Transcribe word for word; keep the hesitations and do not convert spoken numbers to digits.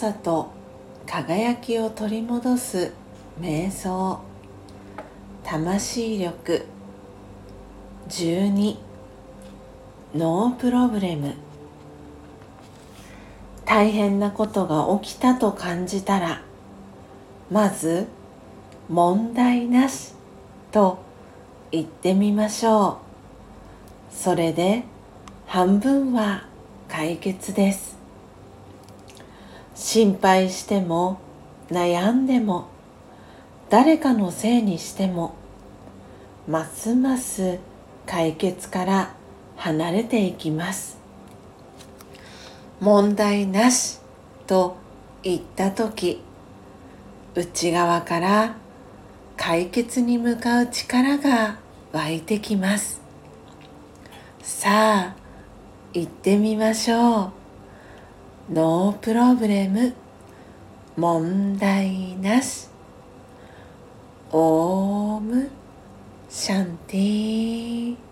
さと輝きを取り戻す瞑想、魂力。じゅうに、ノープロブレム。大変なことが起きたと感じたら、まず問題なしと言ってみましょう。それで半分は解決です。心配しても悩んでも誰かのせいにしても、ますます解決から離れていきます。問題なしと言ったとき、内側から解決に向かう力が湧いてきます。さあ、行ってみましょう。ノープロブレム、問題なし。オームシャンティー。